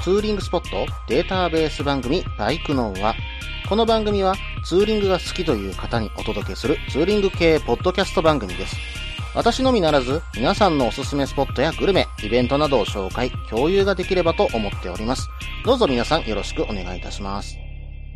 ツーリングスポットデータベース番組バイクノーは、この番組はツーリングが好きという方にお届けするツーリング系ポッドキャスト番組です。私のみならず皆さんのおすすめスポットやグルメ、イベントなどを紹介、共有ができればと思っております。どうぞ皆さんよろしくお願いいたします。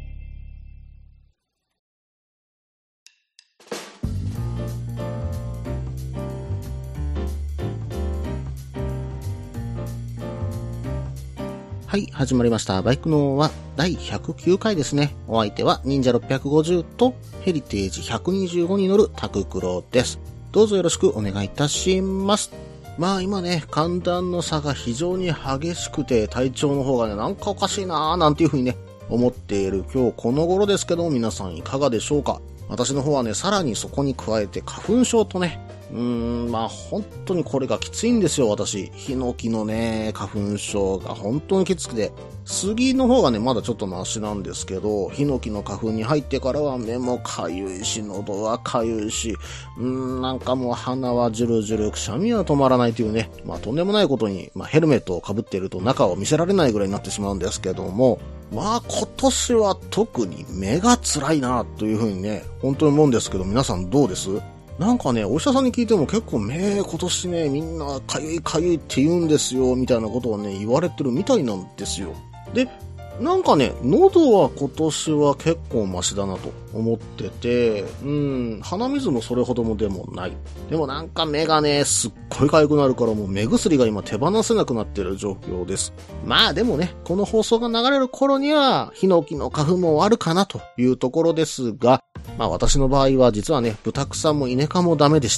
はい、始まりました。バイクノーは第109回ですね。お相手は忍者650とヘリテージ125に乗るタククロです。どうぞよろしくお願いいたします。まあ今ね、寒暖の差が非常に激しくて体調の方がね、なんかおかしいなーなんていう風にね、思っている今日この頃ですけども、皆さんいかがでしょうか。私の方はね、さらにそこに加えて花粉症とね、まあ本当にこれがきついんですよ、私。ヒノキのね、花粉症が本当にきつくて、杉の方がね、まだちょっとマシなんですけど、ヒノキの花粉に入ってからは目もかゆいし、喉はかゆいし、なんかもう鼻はジュルジュル、くしゃみは止まらないというね、まあとんでもないことに、ヘルメットを被っていると中を見せられないぐらいになってしまうんですけども、まあ今年は特に目が辛いなというふうにね、本当に思うんですけど、皆さんどうです？なんかね、お医者さんに聞いても結構目今年ね、みんなかゆいかゆいって言うんですよ、みたいなことをね、言われてるみたいなんですよ。で、なんかね、喉は今年は結構マシだなと思ってて、鼻水もそれほどもでもない。でもなんか目がね、すっごい痒くなるからもう目薬が今手放せなくなってる状況です。まあでもね、この放送が流れる頃には、ヒノキの花粉も終わるかなというところですが、まあ私の場合は実はね、豚草もイネ科もダメでして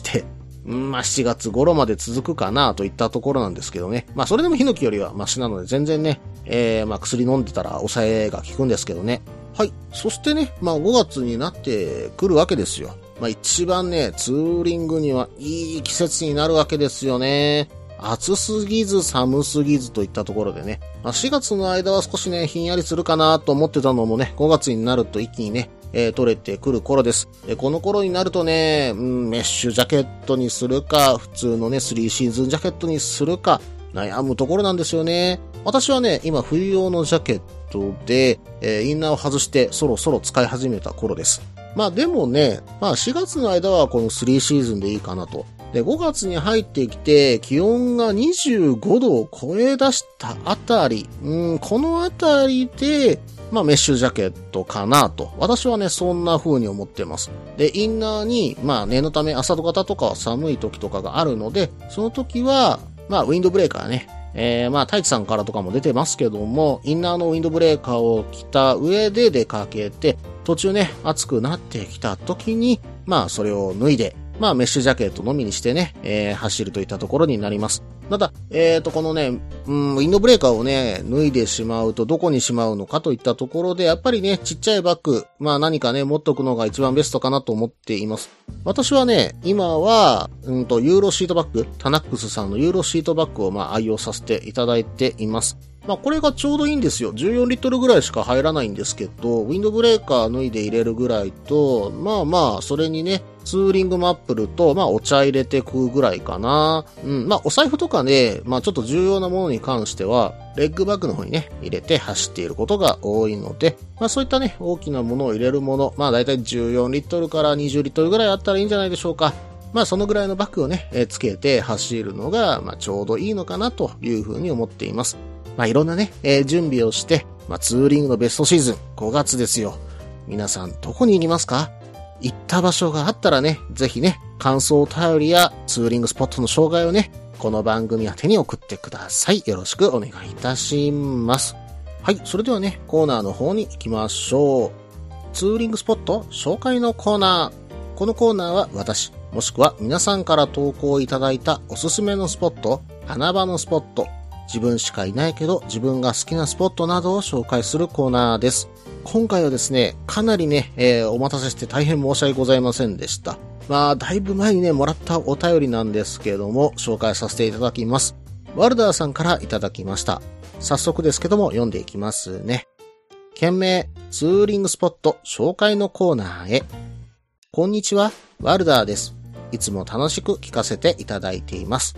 、7月頃まで続くかなといったところなんですけどね。まあそれでもヒノキよりはマシなので全然ね、薬飲んでたら抑えが効くんですけどね。はい。そしてね、5月になってくるわけですよ。一番ね、ツーリングにはいい季節になるわけですよね。暑すぎず寒すぎずといったところでね。4月の間は少しね、ひんやりするかなと思ってたのもね、5月になると一気にね、取れてくる頃です。で、この頃になるとね、メッシュジャケットにするか、普通のね、3シーズンジャケットにするか、悩むところなんですよね。私はね、今冬用のジャケットで、インナーを外してそろそろ使い始めた頃です。でもね、4月の間はこの3シーズンでいいかなと。で、5月に入ってきて、気温が25度を超え出したあたり、このあたりで、メッシュジャケットかなと。私はね、そんな風に思ってます。で、インナーに、念のため朝と方とかは寒い時とかがあるので、その時は、ウィンドブレーカーね。太一さんからとかも出てますけども、インナーのウィンドブレーカーを着た上で出かけて、途中ね、暑くなってきた時に、それを脱いで、メッシュジャケットのみにしてね、走るといったところになります。ただ、このね、ウィンドブレーカーをね、脱いでしまうとどこにしまうのかといったところで、やっぱりね、ちっちゃいバッグ、何かね、持っとくのが一番ベストかなと思っています。私はね、今は、ユーロシートバッグ、タナックスさんのユーロシートバッグを愛用させていただいています。これがちょうどいいんですよ。14リットルぐらいしか入らないんですけど、ウィンドブレーカー脱いで入れるぐらいと、それにね、ツーリングマップルと、お茶入れて食うぐらいかな。お財布とかね、ちょっと重要なものに関しては、レッグバッグの方にね、入れて走っていることが多いので、そういったね、大きなものを入れるもの、だいたい14リットルから20リットルぐらいあったらいいんじゃないでしょうか。そのぐらいのバッグをね、つけて走るのが、ちょうどいいのかなというふうに思っています。いろんなね、準備をして、ツーリングのベストシーズン、5月ですよ。皆さん、どこに行きますか？行った場所があったらね、ぜひね、感想お便りやツーリングスポットの紹介をね、この番組宛てに送ってください。よろしくお願いいたします。はい、それではね、コーナーの方に行きましょう。ツーリングスポット紹介のコーナー。このコーナーは私、もしくは皆さんから投稿いただいたおすすめのスポット、穴場のスポット、自分しかいないけど自分が好きなスポットなどを紹介するコーナーです。今回はですね、かなりね、お待たせして大変申し訳ございませんでした。だいぶ前にね、もらったお便りなんですけども、紹介させていただきます。ワルダーさんからいただきました。早速ですけども、読んでいきますね。件名、ツーリングスポット紹介のコーナーへ。こんにちは、ワルダーです。いつも楽しく聞かせていただいています。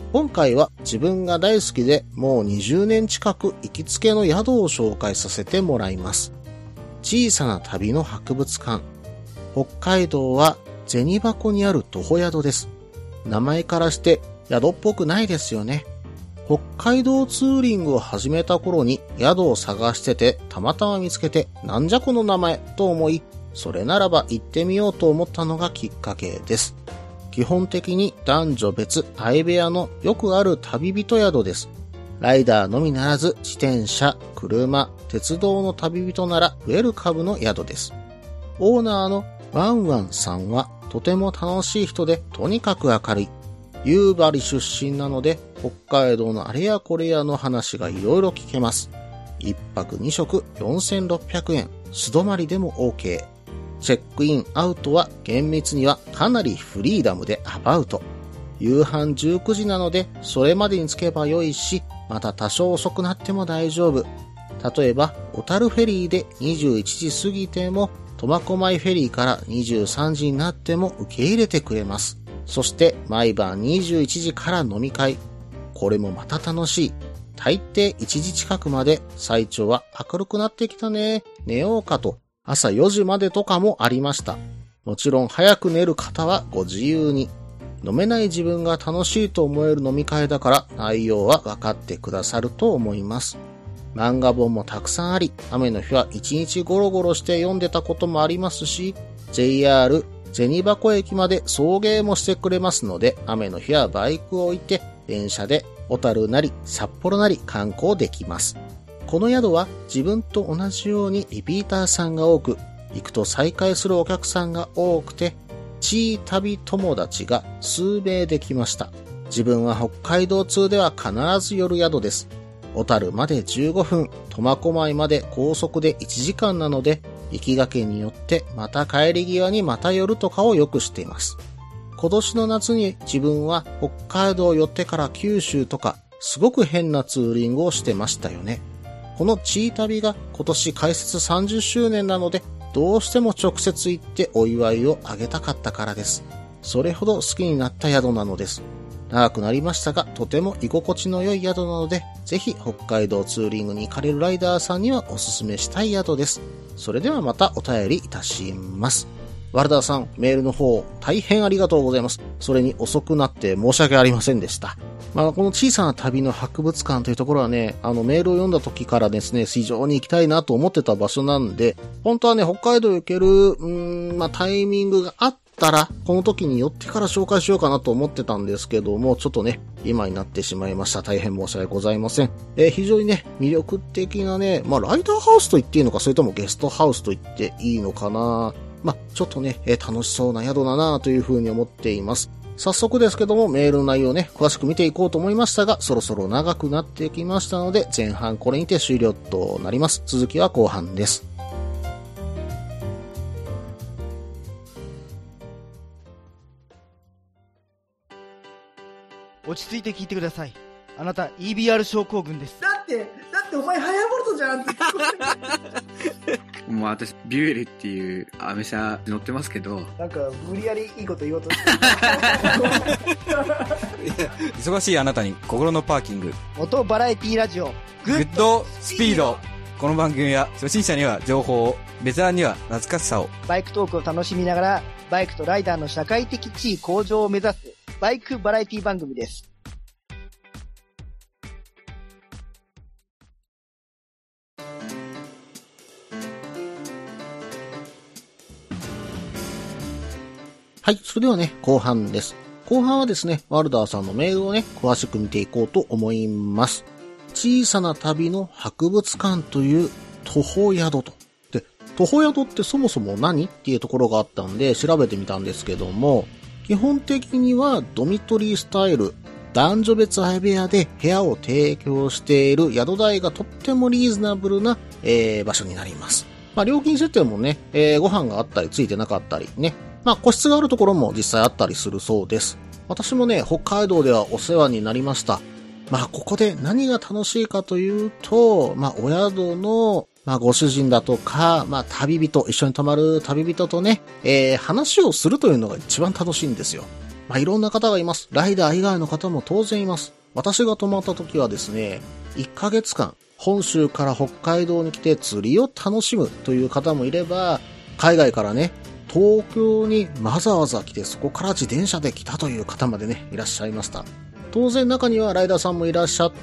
今回は自分が大好きでもう20年近く行きつけの宿を紹介させてもらいます。小さな旅の博物館。北海道は銭箱にある徒歩宿です。名前からして宿っぽくないですよね。北海道ツーリングを始めた頃に宿を探しててたまたま見つけてなんじゃこの名前と思い、それならば行ってみようと思ったのがきっかけです。基本的に男女別相部屋のよくある旅人宿です。ライダーのみならず自転車、車、鉄道の旅人ならウェルカムの宿です。オーナーのワンワンさんはとても楽しい人でとにかく明るい。夕張出身なので北海道のあれやこれやの話がいろいろ聞けます。一泊二食4600円。素泊まりでも OK。チェックインアウトは厳密にはかなりフリーダムでアバウト。夕飯19時なのでそれまでに着けばよいし、また多少遅くなっても大丈夫。例えば小樽フェリーで21時過ぎても苫小牧フェリーから23時になっても受け入れてくれます。そして毎晩21時から飲み会。これもまた楽しい。大抵1時近くまで最長は明るくなってきたね。寝ようかと。朝4時までとかもありました。もちろん早く寝る方はご自由に。飲めない自分が楽しいと思える飲み会だから内容は分かってくださると思います。漫画本もたくさんあり、雨の日は一日ゴロゴロして読んでたこともありますし、JR 銭箱駅まで送迎もしてくれますので、雨の日はバイクを置いて電車で小樽なり札幌なり観光できます。この宿は自分と同じようにリピーターさんが多く、行くと再会するお客さんが多くて、チー旅友達が数名できました。自分は北海道通では必ず寄る宿です。小樽まで15分、苫小牧まで高速で1時間なので、行きがけによってまた帰り際にまた寄るとかをよくしています。今年の夏に自分は北海道を寄ってから九州とか、すごく変なツーリングをしてましたよね。このチー旅が今年開設30周年なので、どうしても直接行ってお祝いをあげたかったからです。それほど好きになった宿なのです。長くなりましたが、とても居心地の良い宿なので、ぜひ北海道ツーリングに行かれるライダーさんにはおすすめしたい宿です。それではまたお便りいたします。ワルダーさん、メールの方、大変ありがとうございます。それに遅くなって申し訳ありませんでした。この小さな旅の博物館というところはね、メールを読んだ時からですね、非常に行きたいなと思ってた場所なんで、本当はね、北海道行ける、タイミングがあったら、この時に寄ってから紹介しようかなと思ってたんですけども、ちょっとね、今になってしまいました。大変申し訳ございません。非常にね、魅力的なね、ライダーハウスと言っていいのか、それともゲストハウスと言っていいのかな。ちょっとね、楽しそうな宿だなというふうに思っています。早速ですけども、メールの内容ね、詳しく見ていこうと思いましたが、そろそろ長くなってきましたので、前半これにて終了となります。続きは後半です。 落ち着いて聞いてください。あなた EBR 症候群です。 だってお前ハヤボルトじゃんってもう私ビュエルっていうアメ車乗ってますけど、 なんか無理やりいいこと言おうとして忙しいあなたに心のパーキング、 元バラエティラジオグッドスピード。この番組は初心者には情報を、ベテランには懐かしさを、 バイクトークを楽しみながらバイクとライダーの社会的地位向上を目指すバイクバラエティ番組です。 はい、それではね、後半です。後半はですね、ワルダーさんのメールをね、詳しく見ていこうと思います。小さな旅の博物館という徒歩宿と。で、徒歩宿ってそもそも何っていうところがあったんで調べてみたんですけども、基本的にはドミトリースタイル、男女別相部屋で部屋を提供している宿代がとってもリーズナブルな、場所になります。料金設定もね、ご飯があったりついてなかったりね、個室があるところも実際あったりするそうです。私もね、北海道ではお世話になりました。ここで何が楽しいかというと、お宿の、ご主人だとか、旅人、一緒に泊まる旅人とね、話をするというのが一番楽しいんですよ。 いろんな方がいます。ライダー以外の方も当然います。私が泊まった時はですね、1ヶ月間、本州から北海道に来て釣りを楽しむという方もいれば、海外からね、東京にわざわざ来てそこから自転車で来たという方までね、いらっしゃいました。当然中にはライダーさんもいらっしゃって、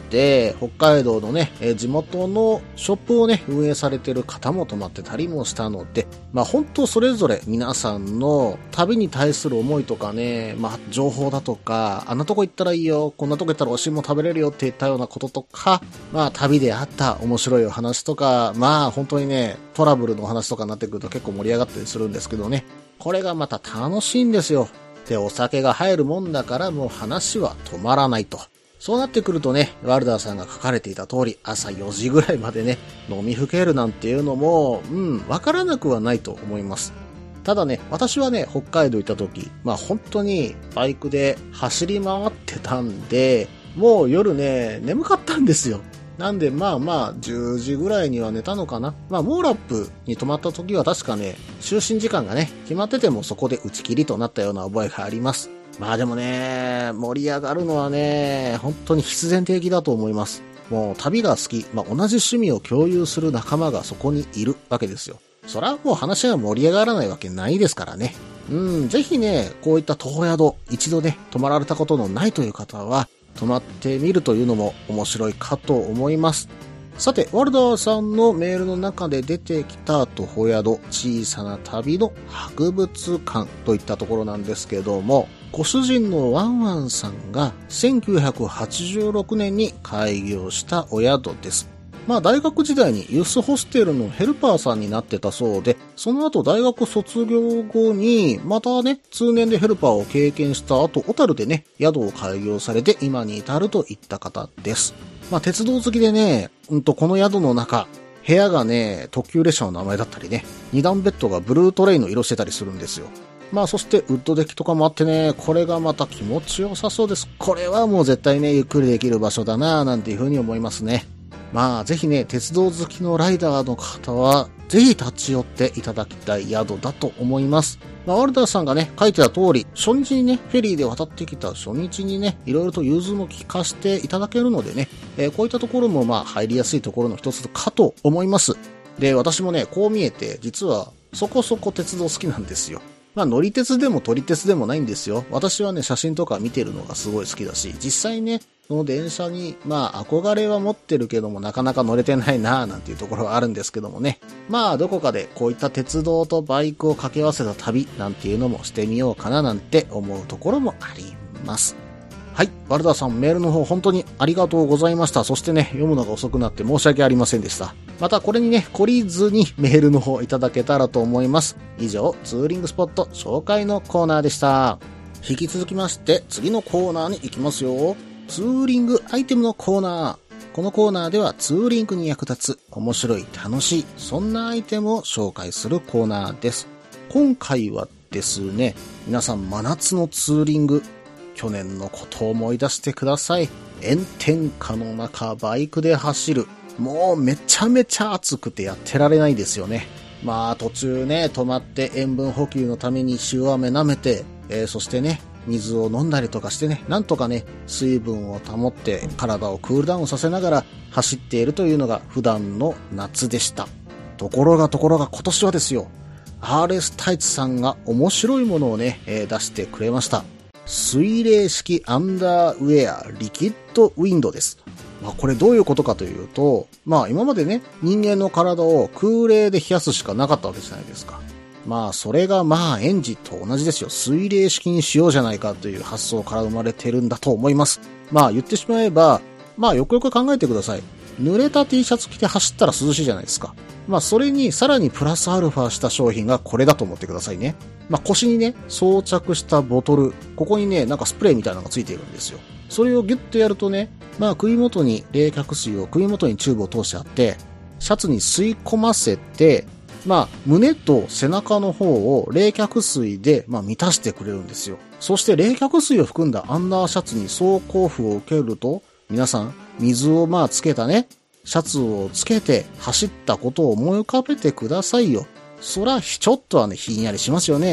北海道のね、地元のショップをね、運営されている方も泊まってたりもしたので、本当それぞれ皆さんの旅に対する思いとかね、情報だとか、あんなとこ行ったらいいよ、こんなとこ行ったら美味しいもん食べれるよっていったようなこととか、旅であった面白いお話とか、本当にね、トラブルのお話とかになってくると結構盛り上がったりするんですけどね、これがまた楽しいんですよ。で、お酒が入るもんだからもう話は止まらないと。そうなってくるとね、ワルダーさんが書かれていた通り、朝4時ぐらいまでね、飲みふけるなんていうのも、わからなくはないと思います。ただね、私はね、北海道行った時、本当にバイクで走り回ってたんで、もう夜ね、眠かったんですよ。なんで10時ぐらいには寝たのかな。モーラップに泊まった時は確かね、就寝時間がね、決まっててもそこで打ち切りとなったような覚えがあります。でもね、盛り上がるのはね、本当に必然的だと思います。もう旅が好き、同じ趣味を共有する仲間がそこにいるわけですよ。そらもう話が盛り上がらないわけないですからね。ぜひね、こういった徒歩宿、一度ね、泊まられたことのないという方は、泊まってみるというのも面白いかと思います。さて、ワルダーさんのメールの中で出てきた徒歩宿、小さな旅の博物館といったところなんですけども、ご主人のワンワンさんが1986年に開業したお宿です。大学時代にユースホステルのヘルパーさんになってたそうで、その後大学卒業後に、またね、通年でヘルパーを経験した後、小樽でね、宿を開業されて今に至るといった方です。鉄道好きでね、この宿の中、部屋がね、特急列車の名前だったりね、二段ベッドがブルートレイの色してたりするんですよ。そしてウッドデッキとかもあってね、これがまた気持ちよさそうです。これはもう絶対ね、ゆっくりできる場所だなぁなんていうふうに思いますね。ぜひね、鉄道好きのライダーの方は、ぜひ立ち寄っていただきたい宿だと思います。ワルダーさんがね、書いてた通り、初日にね、フェリーで渡ってきた初日にね、いろいろと融通も利かしていただけるのでね、こういったところも入りやすいところの一つかと思います。で、私もね、こう見えて、実はそこそこ鉄道好きなんですよ。乗り鉄でも撮り鉄でもないんですよ。私はね、写真とか見てるのがすごい好きだし、実際ね、その電車に、憧れは持ってるけども、なかなか乗れてないなぁなんていうところはあるんですけどもね。どこかでこういった鉄道とバイクを掛け合わせた旅なんていうのもしてみようかななんて思うところもあります。はい。ワルダーさん、メールの方本当にありがとうございました。そしてね、読むのが遅くなって申し訳ありませんでした。またこれにね、懲りずにメールの方いただけたらと思います。以上、ツーリングスポット紹介のコーナーでした。引き続きまして、次のコーナーに行きますよ。ツーリングアイテムのコーナー。このコーナーではツーリングに役立つ、面白い、楽しい、そんなアイテムを紹介するコーナーです。今回はですね、皆さん真夏のツーリング、去年のことを思い出してください。炎天下の中、バイクで走る。もうめちゃめちゃ暑くてやってられないですよね。途中ね、止まって塩分補給のために塩飴舐めて、そしてね、水を飲んだりとかしてね、なんとかね、水分を保って体をクールダウンさせながら走っているというのが普段の夏でした。ところが今年はですよ、RS タイツさんが面白いものをね、出してくれました。水冷式アンダーウェアリキッドウィンドです。これどういうことかというと、今までね、人間の体を空冷で冷やすしかなかったわけじゃないですか。それがエンジンと同じですよ。水冷式にしようじゃないかという発想から生まれてるんだと思います。言ってしまえば、よくよく考えてください。濡れた T シャツ着て走ったら涼しいじゃないですか。それにさらにプラスアルファした商品がこれだと思ってくださいね。腰にね、装着したボトル、ここにね、なんかスプレーみたいなのがついているんですよ。それをギュッとやるとね、首元に冷却水を首元にチューブを通してあって、シャツに吸い込ませて、胸と背中の方を冷却水で、満たしてくれるんですよ。そして冷却水を含んだアンダーシャツに総交付を受けると、皆さん、水をつけたね、シャツをつけて走ったことを思い浮かべてくださいよ。そら、ちょっとはね、ひんやりしますよね。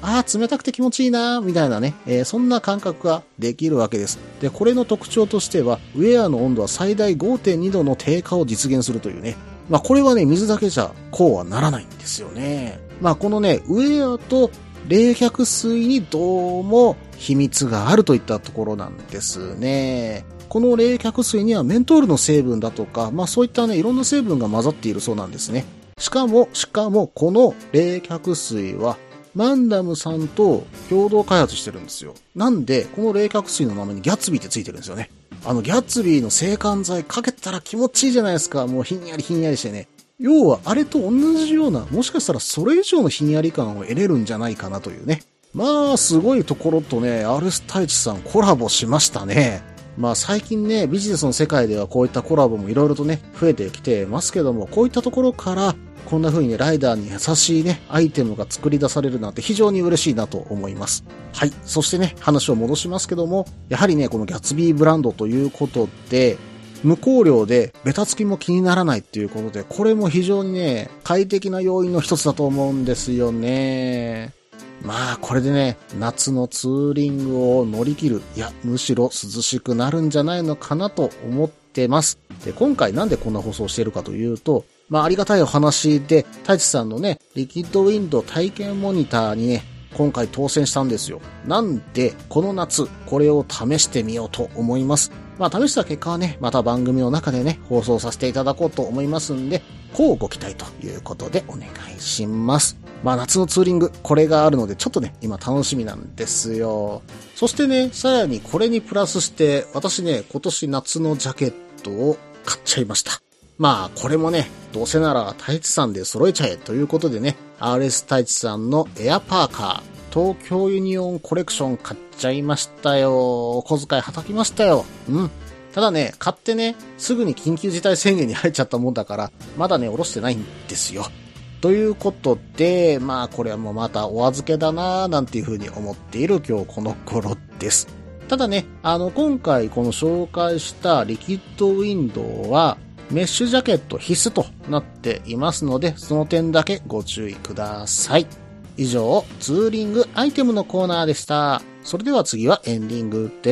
冷たくて気持ちいいなみたいなね、そんな感覚ができるわけです。で、これの特徴としては、ウェアの温度は最大 5.2 度の低下を実現するというね。これはね、水だけじゃこうはならないんですよね。このね、ウェアと冷却水にどうも秘密があるといったところなんですね。この冷却水にはメントールの成分だとか、そういったね、いろんな成分が混ざっているそうなんですね。しかも、この冷却水は、マンダムさんと共同開発してるんですよ。なんで、この冷却水の名前にギャッツビーってついてるんですよね。ギャッツビーの制汗剤かけたら気持ちいいじゃないですか。もうひんやりしてね。要は、あれと同じような、もしかしたらそれ以上のひんやり感を得れるんじゃないかなというね。すごいところとね、RS太一さんコラボしましたね。最近ね、ビジネスの世界ではこういったコラボもいろいろとね、増えてきてますけども、こういったところから、こんな風にね、ライダーに優しいね、アイテムが作り出されるなんて非常に嬉しいなと思います。はい。そしてね、話を戻しますけども、やはりね、このギャッツビーブランドということで、無香料でベタつきも気にならないっていうことで、これも非常にね、快適な要因の一つだと思うんですよね。これでね、夏のツーリングを乗り切る、いや、むしろ涼しくなるんじゃないのかなと思ってます。で、今回なんでこんな放送をしているかというと、ありがたいお話で、太一さんのね、リキッドウィンド体験モニターにね、今回当選したんですよ。なんで、この夏、これを試してみようと思います。試した結果はね、また番組の中でね、放送させていただこうと思いますんで、こうご期待ということでお願いします。夏のツーリング、これがあるので、ちょっとね、今楽しみなんですよ。そしてね、さらにこれにプラスして、私ね、今年夏のジャケットを買っちゃいました。これもね、どうせなら太一さんで揃えちゃえということでね、RS 太一さんのエアパーカー、東京ユニオンコレクション買っちゃいましたよ。小遣いはたきましたよ。ただね、買ってね、すぐに緊急事態宣言に入っちゃったもんだから、まだね、下ろしてないんですよ。ということで、これはもうまたお預けだなーなんていう風に思っている今日この頃です。ただね、今回この紹介したリキッドウィンドウは、メッシュジャケット必須となっていますので、その点だけご注意ください。以上、ツーリングアイテムのコーナーでした。それでは次はエンディングです。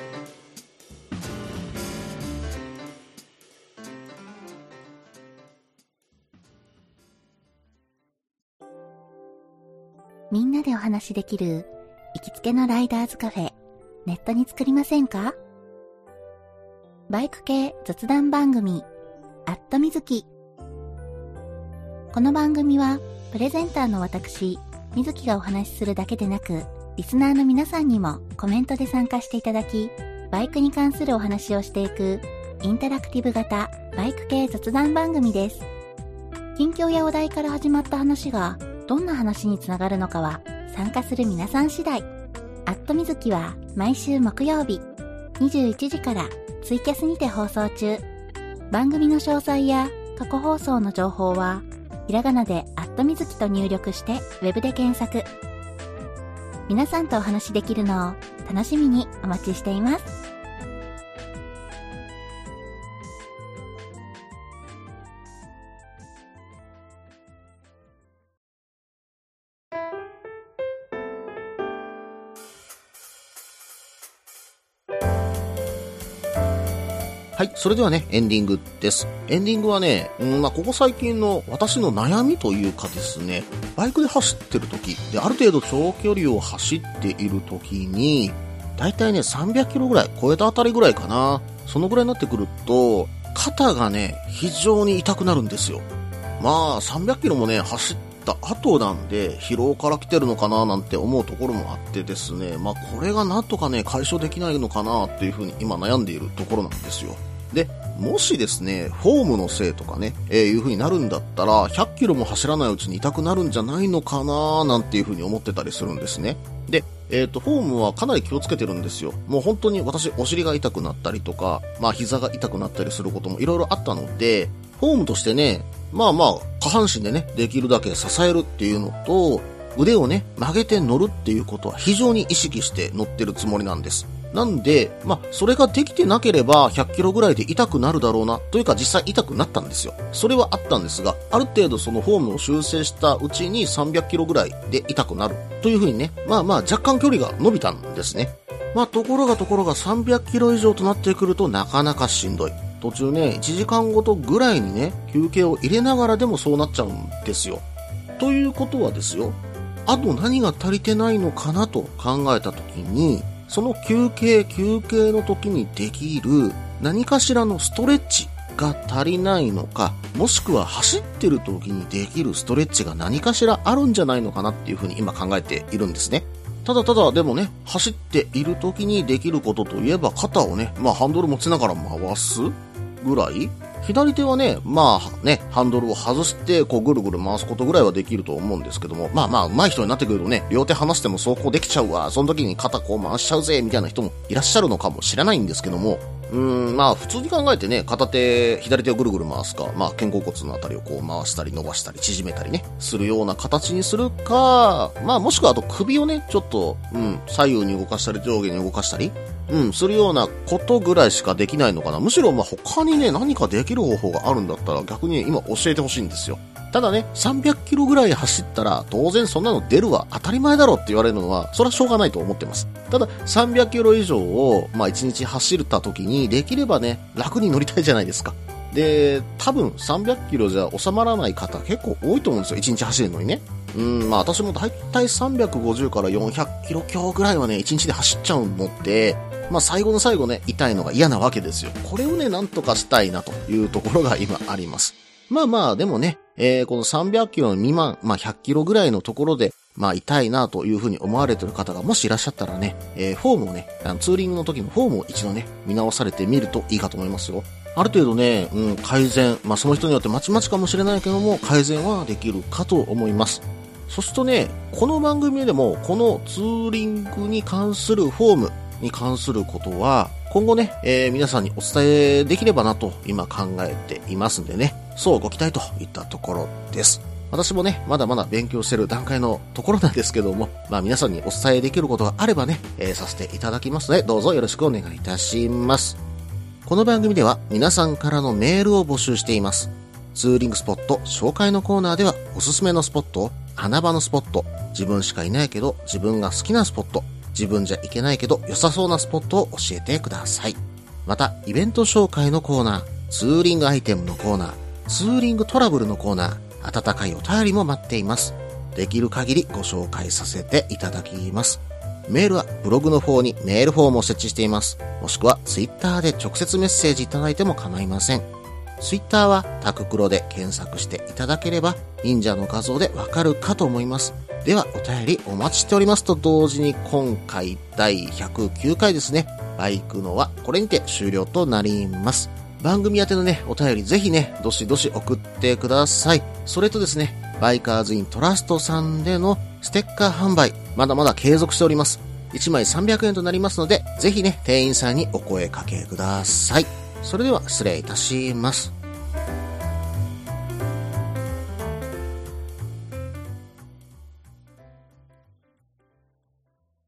みんなでお話しできる行きつけのライダーズカフェ、ネットに作りませんか？バイク系雑談番組、みずき。この番組は、プレゼンターの私、みずきがお話しするだけでなく、リスナーの皆さんにもコメントで参加していただき、バイクに関するお話をしていく、インタラクティブ型バイク系雑談番組です。近況やお題から始まった話が、どんな話につながるのかは、参加する皆さん次第。みずきは毎週木曜日、21時からツイキャスにて放送中。番組の詳細や過去放送の情報は、ひらがなでみずきと入力してウェブで検索。皆さんとお話しできるのを楽しみにお待ちしています。 はい、それではね、エンディングです。エンディングはね、ここ最近の私の悩みというかですね、バイクで走ってる時で、ある程度長距離を走っている時に、だいたいね、300キロぐらい、超えたあたりぐらいかな。そのぐらいになってくると、肩がね、非常に痛くなるんですよ。300キロもね、走った後なんで、疲労から来てるのかななんて思うところもあってですね、これがなんとかね、解消できないのかなっていうふうに今悩んでいるところなんですよ。で、もしですね、フォームのせいとかね、いう風になるんだったら、100キロも走らないうちに痛くなるんじゃないのかななんていう風に思ってたりするんですね。で、フォームはかなり気をつけてるんですよ。もう本当に私、お尻が痛くなったりとか、膝が痛くなったりすることもいろいろあったので、フォームとしてね、下半身でね、できるだけ支えるっていうのと、腕をね、曲げて乗るっていうことは非常に意識して乗ってるつもりなんです。 なんで、それができてなければ100キロぐらいで痛くなるだろうな、というか実際痛くなったんですよ。それはあったんですが、ある程度そのフォームを修正したうちに300キロぐらいで痛くなるという風にね、若干距離が伸びたんですね。ところが300キロ以上となってくるとなかなかしんどい。途中ね、1時間ごとぐらいにね、休憩を入れながらでもそうなっちゃうんですよ。ということはですよ、あと何が足りてないのかなと考えたときに、その休憩の時にできる何かしらのストレッチが足りないのか、もしくは走ってる時にできるストレッチが何かしらあるんじゃないのかなっていうふうに今考えているんですね。ただでもね、走っている時にできることといえば肩をね、ハンドル持ちながら回すぐらい、左手はね、ハンドルを外して、ぐるぐる回すことぐらいはできると思うんですけども、上手い人になってくるとね、両手離しても走行できちゃうわ、その時に肩回しちゃうぜ、みたいな人もいらっしゃるのかもしれないんですけども、普通に考えてね、左手をぐるぐる回すか、肩甲骨のあたりを回したり伸ばしたり縮めたりね、するような形にするか、もしくはあと首をね、ちょっと、左右に動かしたり上下に動かしたり、するようなことぐらいしかできないのかな。むしろ他にね、何かできる方法があるんだったら逆に今教えてほしいんですよ。ただね、300キロぐらい走ったら当然そんなの出るわ、当たり前だろって言われるのは、それはしょうがないと思ってます。ただ300キロ以上を、1日走った時にできればね、楽に乗りたいじゃないですか。で、多分300キロじゃ収まらない方結構多いと思うんですよ、1日走るのにね。私もだいたい350から400キロ強ぐらいはね、1日で走っちゃうので、最後の最後ね、痛いのが嫌なわけですよ。これをね、なんとかしたいなというところが今あります。でもね、この300キロの未満、100キロぐらいのところで、痛いなというふうに思われている方がもしいらっしゃったらね、フォームをね、ツーリングの時のフォームを一度ね、見直されてみるといいかと思いますよ。ある程度ね、改善、その人によってまちまちかもしれないけども、改善はできるかと思います。そしてね、この番組でも、このツーリングに関するフォームに関することは、今後ね、皆さんにお伝えできればなと今考えていますんでね、そうご期待といったところです。私もね、まだまだ勉強している段階のところなんですけども、皆さんにお伝えできることがあればね、させていただきますので、どうぞよろしくお願いいたします。この番組では皆さんからのメールを募集しています。ツーリングスポット紹介のコーナーではおすすめのスポット、穴場のスポット、自分しかいないけど自分が好きなスポット、自分じゃ行けないけど良さそうなスポットを教えてください。また、イベント紹介のコーナー、ツーリングアイテムのコーナー、ツーリングトラブルのコーナー、温かいお便りも待っています。できる限りご紹介させていただきます。メールはブログの方にメールフォームを設置しています。もしくはツイッターで直接メッセージいただいても構いません。ツイッターはタククロで検索していただければ忍者の画像でわかるかと思います。ではお便りお待ちしておりますと同時に今回第109回ですね、バイクのはこれにて終了となります。番組宛てのね、お便りぜひね、どしどし送ってください。それとですね、バイカーズイントラストさんでのステッカー販売、まだまだ継続しております。1枚300円となりますので、ぜひね、店員さんにお声かけください。それでは失礼いたします。